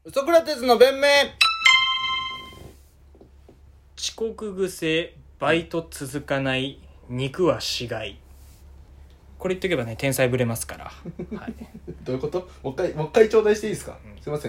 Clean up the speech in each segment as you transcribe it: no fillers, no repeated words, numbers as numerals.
ソクラテスの弁明。 遅刻癖、バイト続かない、肉は死骸。これ言っとけばね、天才ぶれますから、はい、 どういうこと？もう一回頂戴していいですか？すいません。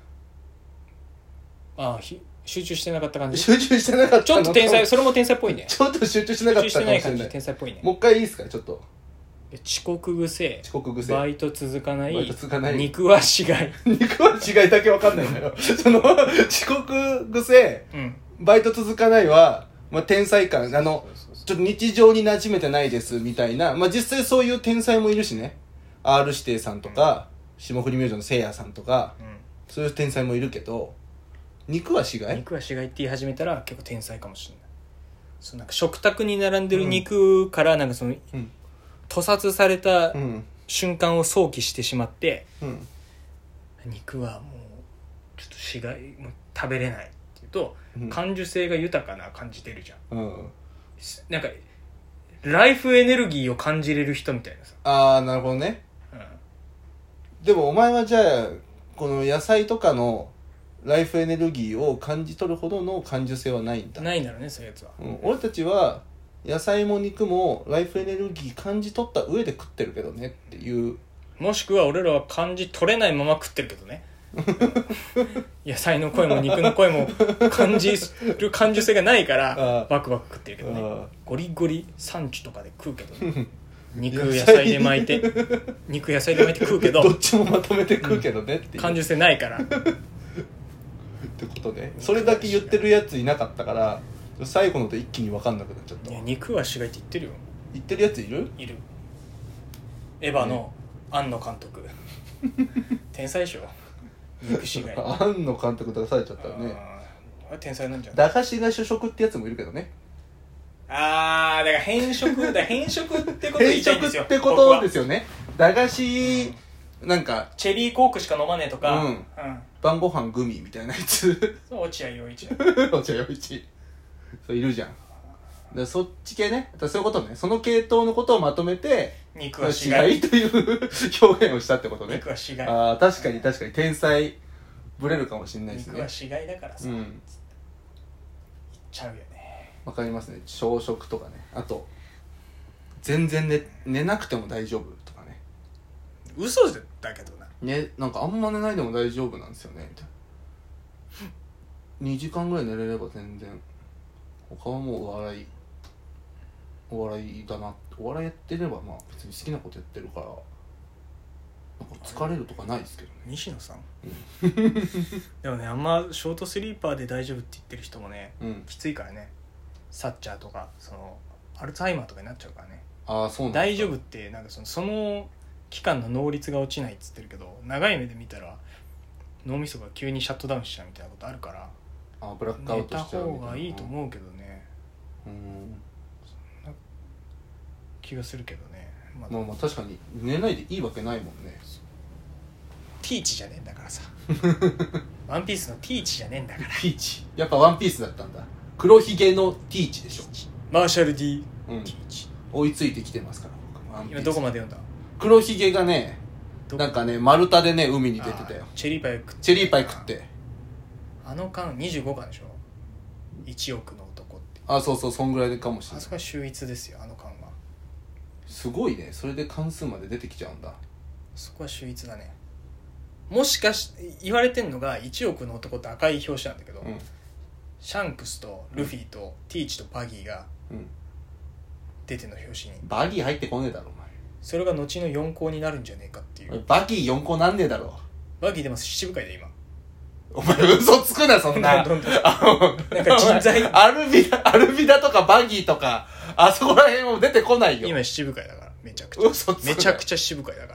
集中してなかった感じ。 集中してなかったの。 ちょっと天才、それも天才っぽいね。 ちょっと集中してなかったかもしれない。 集中してない感じ、天才っぽいね。 もう一回いいですか？ちょっと遅刻癖、バイト続かない、肉は死骸。 肉は死骸だけ分かんないんだよ。その遅刻癖、バイト続かないは、天才感、ちょっと日常に馴染めてないですみたいな、実際そういう天才もいるしね。R 指定さんとか、霜降り明星のせいやさんとか、そういう天才もいるけど、肉は死骸？ 肉は死骸って言い始めたら結構天才かもしれない。そうなんか食卓に並んでる肉からなんかその、屠殺された瞬間を想起してしまって、肉はもうちょっと死骸もう食べれないっていうと、感受性が豊かな感じてるじゃん、なんかライフエネルギーを感じれる人みたいなさ。 なるほどね、でもお前はじゃあこの野菜とかのライフエネルギーを感じ取るほどの感受性はないんだ。 ないんだろうね、そういうやつは。 俺たちは野菜も肉もライフエネルギー感じ取った上で食ってるけどねっていう。 もしくは俺らは感じ取れないまま食ってるけどね。野菜の声も肉の声も感じる感受性がないからバクバク食ってるけどね。ゴリゴリサンチュとかで食うけどね。肉野菜で巻いて食うけどどっちもまとめて食うけどねっていう、 感受性ないからってことで、それだけ言ってるやついなかったから最後のと一気に分かんなくなっちゃった。 いや、肉は死骸って言ってるよ。 言ってるやついる？ いる。エヴァの庵野監督天才でしょ。肉死骸。 庵野監督出されちゃったらね。 天才なんじゃない？ 駄菓子が主食ってやつもいるけどね。 だから変色ってこと言いたいんですよ。 変色ってことですよね。駄菓子なんかチェリーコークしか飲まねえとか、 晩ご飯グミみたいなやつ。 そう、落合陽一落合陽一そういるじゃん。だそっち系ね。そういうことね。その系統のことをまとめて肉は死骸という表現をしたってことね。 肉は死骸。 確かに天才ぶれるかもしれないですね。 肉は死骸だからさ、言っちゃうよね。 わかりますね。朝食とかね。あと全然寝なくても大丈夫とかね。 嘘だけどな。 なんかあんま寝ないでも大丈夫なんですよねみたいな。2時間ぐらい寝れれば全然。他はもうお笑いだな。お笑いやってれば別に好きなことやってるからなんか疲れるとかないですけどね。 西野さん、でもね、あんまショートスリーパーで大丈夫って言ってる人もね、きついからね。サッチャーとかそのアルツハイマーとかになっちゃうからね。 そうなんだ。 大丈夫ってなんかその期間の能率が落ちないっつってるけど、長い目で見たら脳みそが急にシャットダウンしちゃうみたいなことあるから、 ブラックアウトしちゃうみたいな。 寝た方がいいと思うけどね。そんな気がするけどね。 確かに寝ないでいいわけないもんね。 ティーチじゃねえんだからさワンピースのティーチじゃねえんだから。 ティーチやっぱワンピースだったんだ。黒ひげのティーチでしょ。 マーシャル D、ティーチ追いついてきてますから僕。 今どこまで読んだ？ 黒ひげがね、なんかね丸太でね海に出てたよ。 チェリーパイ食ってあの巻25巻でしょ。1億の男って。 そうそんぐらいかもしれない。 あそこは秀逸ですよ、あの巻は。 すごいね。それで関数まで出てきちゃうんだ。 そこは秀逸だね。もしかし言われてんのが1億の男って赤い表紙なんだけど、シャンクスとルフィとティーチとバギーが出ての表紙に。 バギー入ってこねえだろお前。 それが後の4校になるんじゃねえかっていう。 バギー4校なんねえだろ。 バギーでも七部会で今。 お前嘘つくなそんな。なんか人材アルビダとかバギーとかあそこら辺も出てこないよ。 今七部会だから。めちゃくちゃ嘘つくな。 めちゃくちゃ七部会だから。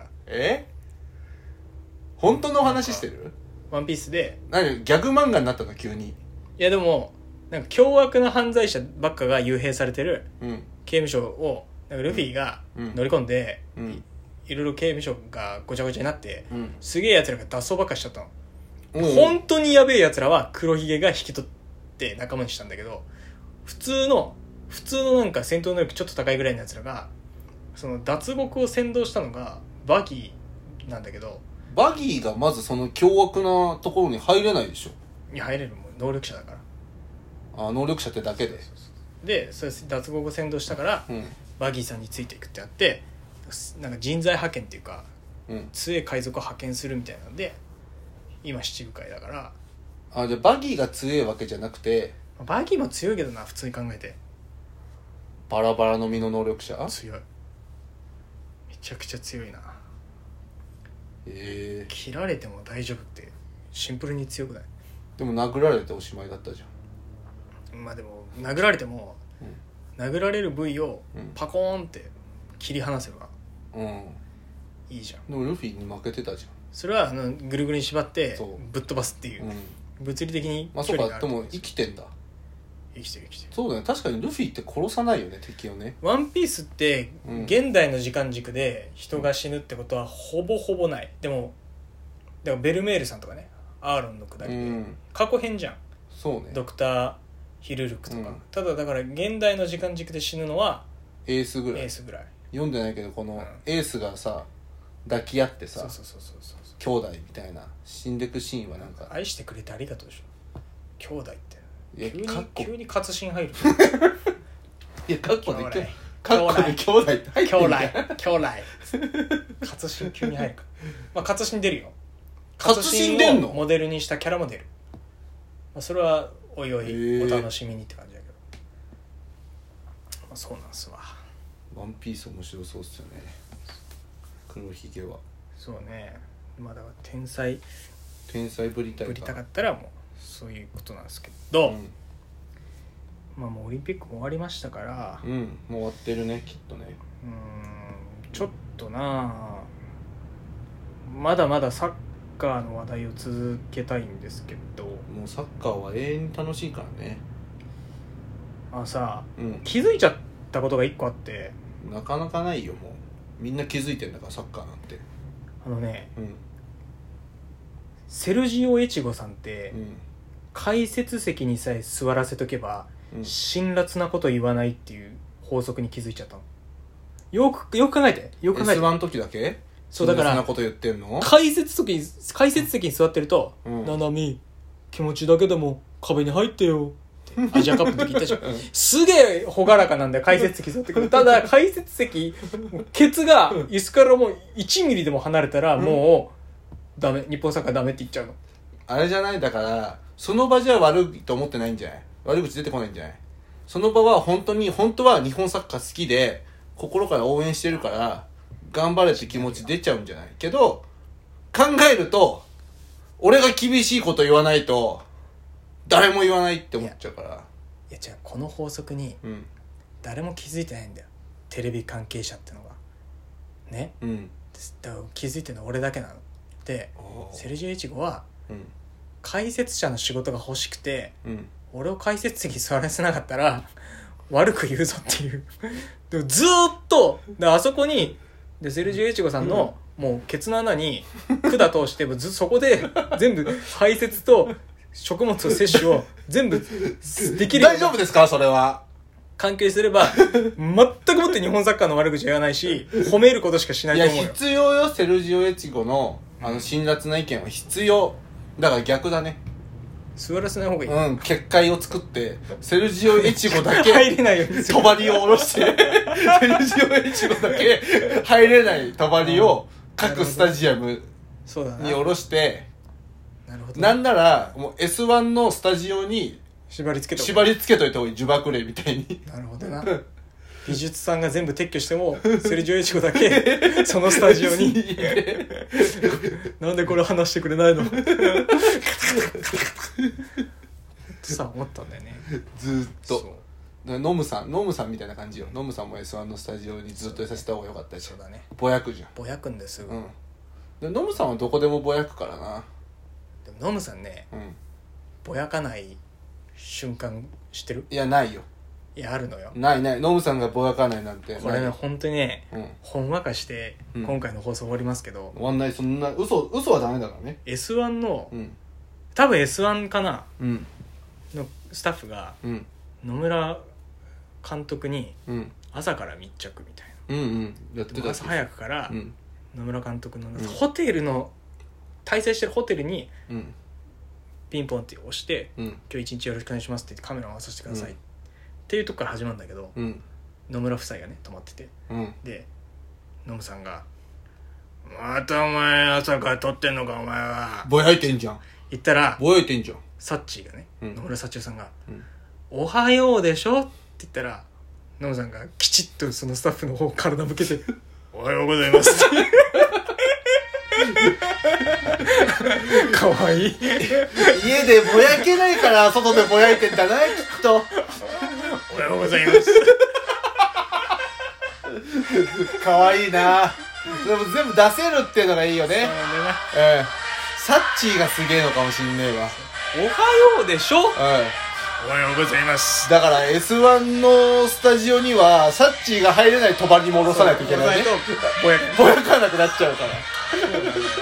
本当の話してる？ ワンピースでギャグ漫画になったの急に。 いやでもなんか凶悪な犯罪者ばっかが幽閉されてる刑務所をなんかルフィが乗り込んで、いろいろ刑務所がごちゃごちゃになって、すげえ奴らが脱走ばっかしちゃったの。本当にやべえ奴らは黒ひげが引き取って仲間にしたんだけど、普通のなんか戦闘能力ちょっと高いぐらいの奴らがその脱獄を先導したのがバギーなんだけど、 バギーがまずその凶悪なところに入れないでしょ。 いや入れる、もう能力者だから。 能力者ってだけで。 でそれ脱獄を先導したから、 うん、 バギーさんについていくってあって、なんか人材派遣っていうか、 うん、 強い海賊を派遣するみたいなので今七部会だから。 じゃあバギーが強いわけじゃなくて、 バギーも強いけどな、普通に考えて。 バラバラの実の能力者。 強い、めちゃくちゃ強いな。切られても大丈夫ってシンプルに強くない？ でも殴られておしまいだったじゃん。まあでも殴られても、殴られる部位をパコーンって切り離せばいいじゃん。 でもルフィに負けてたじゃん。 それはぐるぐるに縛ってぶっ飛ばすっていう、物理的に距離がある。 まあそうか、でも生きてんだ。 生きてる。 そうだね、確かにルフィって殺さないよね、敵をね。 ワンピースって現代の時間軸で人が死ぬってことはほぼほぼない。でもだからベルメールさんとかね、アーロンのくだりで、過去編じゃん。 そうね、 ドクターヒルルクとか、ただだから現代の時間軸で死ぬのはエースぐらい。読んでないけどこのエースがさ抱き合ってさ、兄弟みたいな死んでくシーンはなんか愛してくれてありがとうでしょ。兄弟って急に活心入る。 いやカッコで兄弟って入ってるじゃん。 兄弟活心急に入るか。まあ活心出るよ。 活心出んの？ モデルにしたキャラも出る。まあ、それはおいおいお楽しみにって感じだけど、まあ、そうなんすわ。 ワンピース面白そうっすよね、黒ひげは。 そうね、まあだから天才ぶりたかったらもうそういうことなんですけど、まあもうオリンピックも終わりましたから、 もう終わってるね、きっとね。 ちょっとな、まだまだサッカーの話題を続けたいんですけど。 もうサッカーは永遠に楽しいからね。 気づいちゃったことが一個あって。 なかなかないよ、もうみんな気づいてんだから、サッカーなんて。 セルジオ・エチゴさんって、解説席にさえ座らせとけば、辛辣なこと言わないっていう法則に気づいちゃったの。よく考えて。 S1 の時だけそうだから辛辣なこと言ってんの？ 解説席に座ってると、ななみ気持ちだけでも壁に入ってよってアジアカップの時言ったじゃん。すげえ朗らかなんだよ、解説席座ってくる。ただ解説席ケツが椅子からもう1ミリでも離れたらもうダメ、日本サッカーダメって言っちゃうの。 あれじゃない、だからその場じゃ悪いと思ってないんじゃない？悪口出てこないんじゃない？その場は本当は日本サッカー好きで心から応援してるから頑張れって気持ち出ちゃうんじゃない？けど考えると俺が厳しいこと言わないと誰も言わないって思っちゃうから。 いやじゃあこの法則に誰も気づいてないんだよ、テレビ関係者ってのがね、だから気づいてるのは俺だけなので、セルジオ・エチゴは、解説者の仕事が欲しくて、俺を解説席に座らせなかったら悪く言うぞっていうでもずーっとあそこにでセルジオ・エチゴさんの、もうケツの穴に管通してそこで全部排泄と食物摂取を全部できるような大丈夫ですか、それは。 関係すれば全くもって日本サッカーの悪口は言わないし褒めることしかしないと思うよ。 いや必要よ、セルジオ・エチゴの辛辣な意見は必要だから。逆だね、 座らせない方がいい。 入れないようにする。 帳を下ろしてセルジオ・エチゴだけ入れない帳を各スタジアムに下ろして、なんならもう S1 のスタジオに縛り付けといた方がいい、呪縛霊みたいに。 なるほどな。美術さんが全部撤去してもセルジオ・エチゴだけそのスタジオになんでこれ話してくれないのさ思ったんだよね、 ずっと。ノムさんみたいな感じよ。ノムさんも S1 のスタジオにずっといさせた方がよかったし。 そうだね、 ぼやくじゃん。 ぼやくんですよ、 でノムさんはどこでもぼやくからな。 でもノムさんね、ぼやかない瞬間知ってる？ いやないよ。 いやあるのよ。 ないノムさんがぼやかないなんて。 これね本当にね、ほんわかして今回の放送終わりますけど、 終わんない。そんな嘘はダメだからね。 S1 の、多分 S1 かな、のスタッフが、野村監督に朝から密着みたいな、 やってた。 朝早くから野村監督のホテルの滞在してるホテルにうんピンポンって押して、 うん今日一日よろしくお願いしますって言ってカメラを回させてください、っていうとこから始まるんだけど、 うん野村夫妻がね泊まってて、 うんでノムさんがまたお前朝から撮ってんのかお前はぼやいてんじゃん言ったらぼやいてんじゃんサッチーがね、 うん野村幸代さんが、 うんおはようでしょって言ったらノムさんがきちっとそのスタッフの方体向けておはようございますかわいい家でぼやけないから外でぼやいてんだなきっとおはようございますかわいいなでも全部出せるっていうのがいいよねサッチーがすげえのかもしんねえわおはようでしょ、おはようございます。 だから S1 のスタジオにはサッチーが入れない帳に戻さないといけないねぼやかなくなっちゃうから